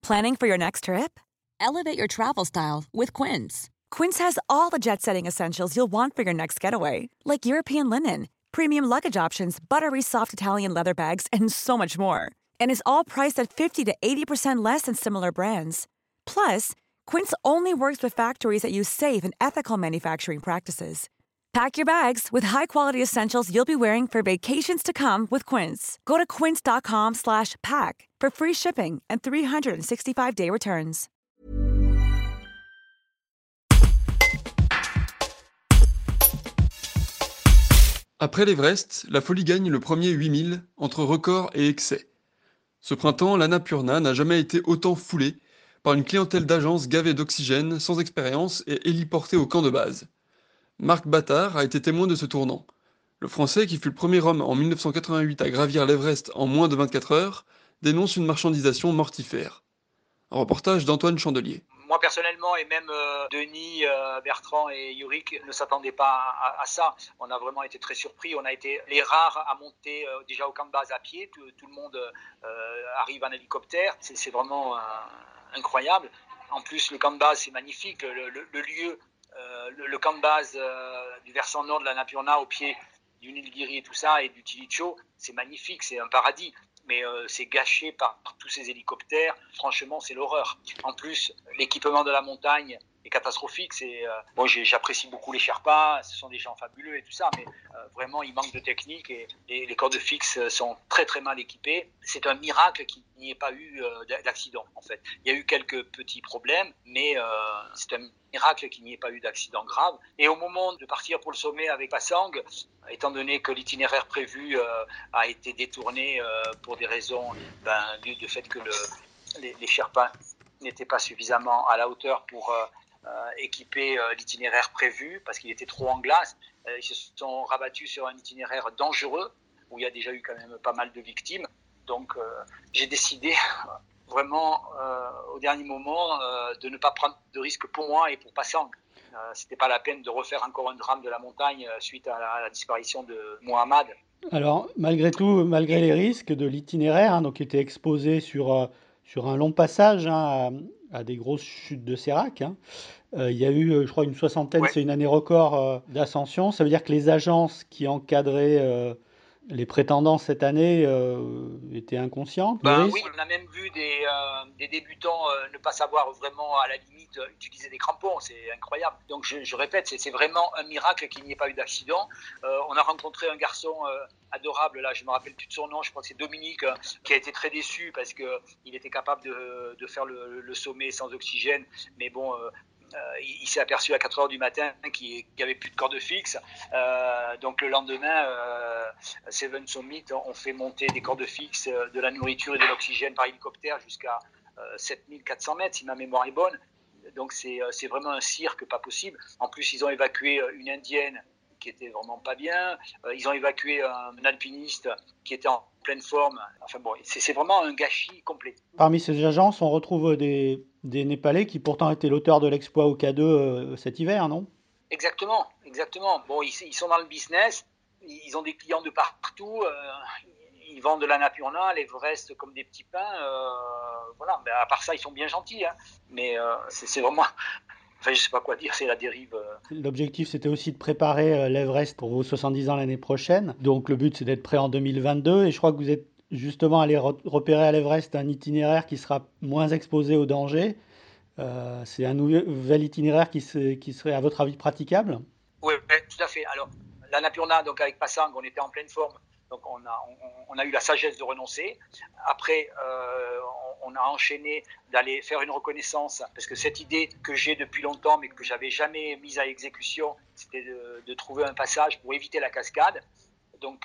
Planning for your next trip? Elevate your travel style with Quince. Quince has all the jet-setting essentials you'll want for your next getaway, like European linen, premium luggage options, buttery soft Italian leather bags, and so much more. And is all priced at 50 to 80% less than similar brands. Plus, Quince only works with factories that use safe and ethical manufacturing practices. Pack your bags with high-quality essentials you'll be wearing for vacations to come with Quince. Go to quince.com/pack for free shipping and 365-day returns. Après l'Everest, la folie gagne le premier 8000 entre record et excès. Ce printemps, l'Annapurna n'a jamais été autant foulée par une clientèle d'agences gavées d'oxygène, sans expérience et héliportée au camp de base. Marc Battard a été témoin de ce tournant. Le Français, qui fut le premier homme en 1988 à gravir l'Everest en moins de 24 heures, dénonce une marchandisation mortifère. Un reportage d'Antoine Chandelier. Moi personnellement et même Denis, Bertrand et Yurick ne s'attendaient pas à ça. On a vraiment été très surpris. On a été les rares à monter déjà au camp de base à pied. Tout le monde arrive en hélicoptère. C'est vraiment incroyable. En plus, le camp de base, c'est magnifique. Le lieu, le camp de base du versant nord de l'Annapurna au pied du Nilgiri et tout ça, et du Tilicho, c'est magnifique, c'est un paradis. Mais c'est gâché par tous ces hélicoptères. Franchement, c'est l'horreur. En plus, l'équipement de la montagne est catastrophique. Bon, j'apprécie beaucoup les Sherpas, ce sont des gens fabuleux et tout ça, mais vraiment, il manque de technique et les cordes fixes sont très très mal équipées. C'est un miracle qu'il n'y ait pas eu d'accident, en fait. Il y a eu quelques petits problèmes, mais c'est un miracle qu'il n'y ait pas eu d'accident grave. Et au moment de partir pour le sommet avec Passang, étant donné que l'itinéraire prévu a été détourné pour des raisons du fait que les Sherpas n'étaient pas suffisamment à la hauteur pour équiper l'itinéraire prévu, parce qu'il était trop en glace. Ils se sont rabattus sur un itinéraire dangereux, où il y a déjà eu quand même pas mal de victimes. Donc j'ai décidé vraiment au dernier moment de ne pas prendre de risques pour moi et pour Passang. C'était pas la peine de refaire encore un drame de la montagne suite à la disparition de Mohamed. Alors, malgré tout, malgré les risques de l'itinéraire, donc qui était exposé sur un long passage à des grosses chutes de sérac, il y a eu, je crois, une soixantaine, c'est une année record d'ascension. Ça veut dire que les agences qui encadraient les prétendants cette année étaient inconscientes. Oui, on a même vu des débutants ne pas savoir vraiment, à la limite, utiliser des crampons. C'est incroyable. Donc je répète, c'est vraiment un miracle qu'il n'y ait pas eu d'accident. On a rencontré un garçon adorable, là, je ne me rappelle plus de son nom, je crois que c'est Dominique, qui a été très déçu parce qu'il était capable de faire le sommet sans oxygène. Mais bon... il s'est aperçu à 4 heures du matin qu'il n'y avait plus de corde fixe. Donc le lendemain, Seven Summit ont fait monter des cordes fixes, de la nourriture et de l'oxygène par hélicoptère jusqu'à 7400 mètres, si ma mémoire est bonne. Donc c'est vraiment un cirque pas possible. En plus, ils ont évacué une Indienne qui était vraiment pas bien. Ils ont évacué un alpiniste qui était en pleine forme. Enfin bon, c'est vraiment un gâchis complet. Parmi ces agences, on retrouve des Népalais qui pourtant étaient l'auteur de l'exploit au K2 cet hiver, non ? Exactement. Bon, ils sont dans le business, ils ont des clients de partout, ils vendent de l'Annapurna, l'Everest comme des petits pains. Voilà, mais à part ça, ils sont bien gentils, mais c'est vraiment... Enfin, je sais pas quoi dire, c'est la dérive. L'objectif, c'était aussi de préparer l'Everest pour vos 70 ans l'année prochaine. Donc le but, c'est d'être prêt en 2022. Et je crois que vous êtes justement allé repérer à l'Everest un itinéraire qui sera moins exposé au danger. C'est un nouvel itinéraire qui serait, à votre avis, praticable ? Oui, tout à fait. Alors, l'Annapurna, donc avec Passang, on était en pleine forme. Donc on a eu la sagesse de renoncer. Après, on a enchaîné d'aller faire une reconnaissance, parce que cette idée que j'ai depuis longtemps, mais que j'avais jamais mise à exécution, c'était de trouver un passage pour éviter la cascade. Donc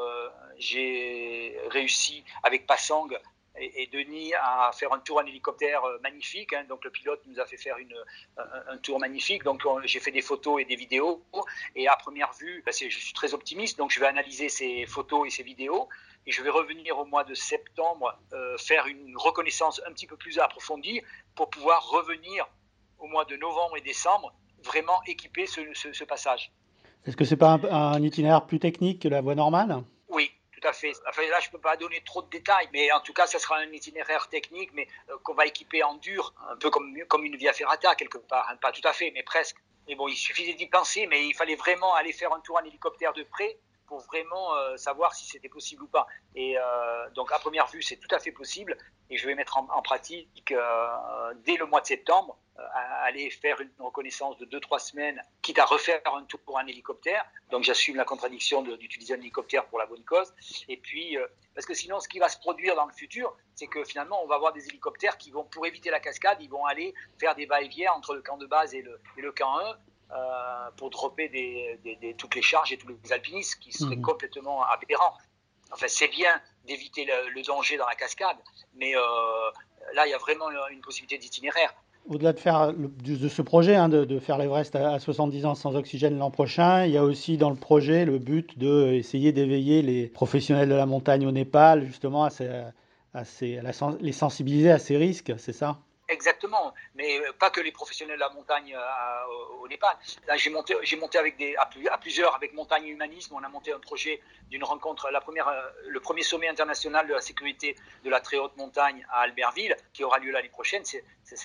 j'ai réussi avec Passang et Denis à faire un tour en hélicoptère magnifique. Donc le pilote nous a fait faire un tour magnifique. Donc j'ai fait des photos et des vidéos. Et à première vue, je suis très optimiste. Donc je vais analyser ces photos et ces vidéos. Et je vais revenir au mois de septembre faire une reconnaissance un petit peu plus approfondie pour pouvoir revenir au mois de novembre et décembre vraiment équiper ce passage. Est-ce que c'est pas un itinéraire plus technique que la voie normale ? Oui, Tout à fait. Enfin, là, je ne peux pas donner trop de détails, mais en tout cas, ça sera un itinéraire technique, mais qu'on va équiper en dur, un peu comme une Via Ferrata, quelque part. Pas tout à fait, mais presque. Et bon, il suffisait d'y penser, mais il fallait vraiment aller faire un tour en hélicoptère de près pour vraiment savoir si c'était possible ou pas. Et donc, à première vue, c'est tout à fait possible. Et je vais mettre en pratique dès le mois de septembre, aller faire une reconnaissance de 2-3 semaines, quitte à refaire un tour pour un hélicoptère. Donc j'assume la contradiction d'utiliser un hélicoptère pour la bonne cause. Et puis, parce que sinon, ce qui va se produire dans le futur, c'est que finalement, on va avoir des hélicoptères qui vont, pour éviter la cascade, ils vont aller faire des va-et-vient entre le camp de base et le camp 1 pour dropper toutes les charges et tous les alpinistes, qui seraient complètement aberrants. Enfin, c'est bien d'éviter le danger dans la cascade, mais là, il y a vraiment une possibilité d'itinéraire. Au-delà de ce projet, de faire l'Everest à 70 ans sans oxygène l'an prochain, il y a aussi dans le projet le but d'essayer d'éveiller les professionnels de la montagne au Népal, justement, les sensibiliser à ces risques, c'est ça ? Exactement, mais pas que les professionnels de la montagne au Népal. Là, j'ai monté à plusieurs avec Montagne Humanisme. On a monté un projet d'une rencontre, le premier sommet international de la sécurité de la très haute montagne à Albertville, qui aura lieu l'année prochaine. C'est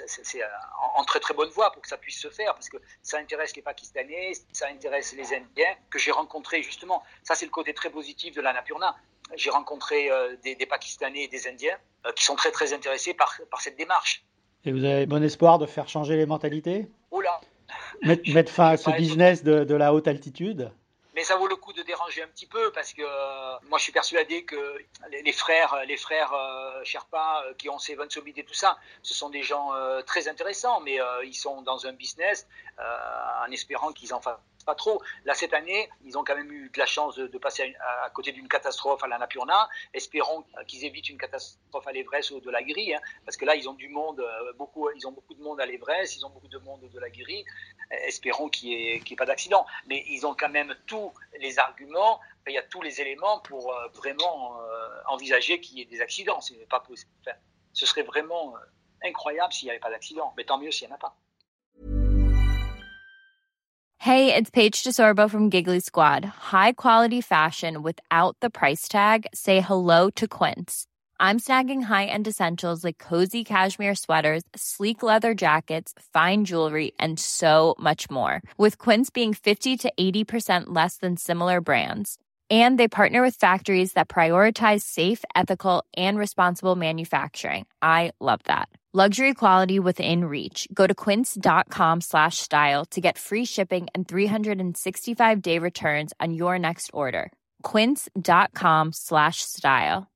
en très très bonne voie pour que ça puisse se faire, parce que ça intéresse les Pakistanais, ça intéresse les Indiens que j'ai rencontrés justement. Ça, c'est le côté très positif de l'Annapurna. J'ai rencontré des Pakistanais et des Indiens qui sont très très intéressés par cette démarche. Et vous avez bon espoir de faire changer les mentalités ? Oula. Mettre fin à ce business de la haute altitude ? Mais ça vaut le coup de déranger un petit peu, parce que moi je suis persuadé que les frères Sherpa qui ont ces 20 sommets et tout ça, ce sont des gens très intéressants, mais ils sont dans un business en espérant qu'ils en fassent pas trop. Là, cette année, ils ont quand même eu de la chance de passer à côté d'une catastrophe à l'Annapurna. Espérons qu'ils évitent une catastrophe à l'Everest ou de la Guiri, parce que là, ils ont du monde, ils ont beaucoup de monde à l'Everest, ils ont beaucoup de monde de la Guiri. Espérons qu'il n'y ait pas d'accident. Mais ils ont quand même tous les arguments, il y a tous les éléments pour vraiment envisager qu'il y ait des accidents. C'est pas possible. Enfin, ce serait vraiment incroyable s'il n'y avait pas d'accident, mais tant mieux s'il n'y en a pas. Hey, it's Paige DeSorbo from Giggly Squad. High quality fashion without the price tag. Say hello to Quince. I'm snagging high-end essentials like cozy cashmere sweaters, sleek leather jackets, fine jewelry, and so much more. With Quince being 50 to 80% less than similar brands. And they partner with factories that prioritize safe, ethical, and responsible manufacturing. I love that. Luxury quality within reach. Go to quince.com/style to get free shipping and 365-day returns on your next order. Quince.com/style.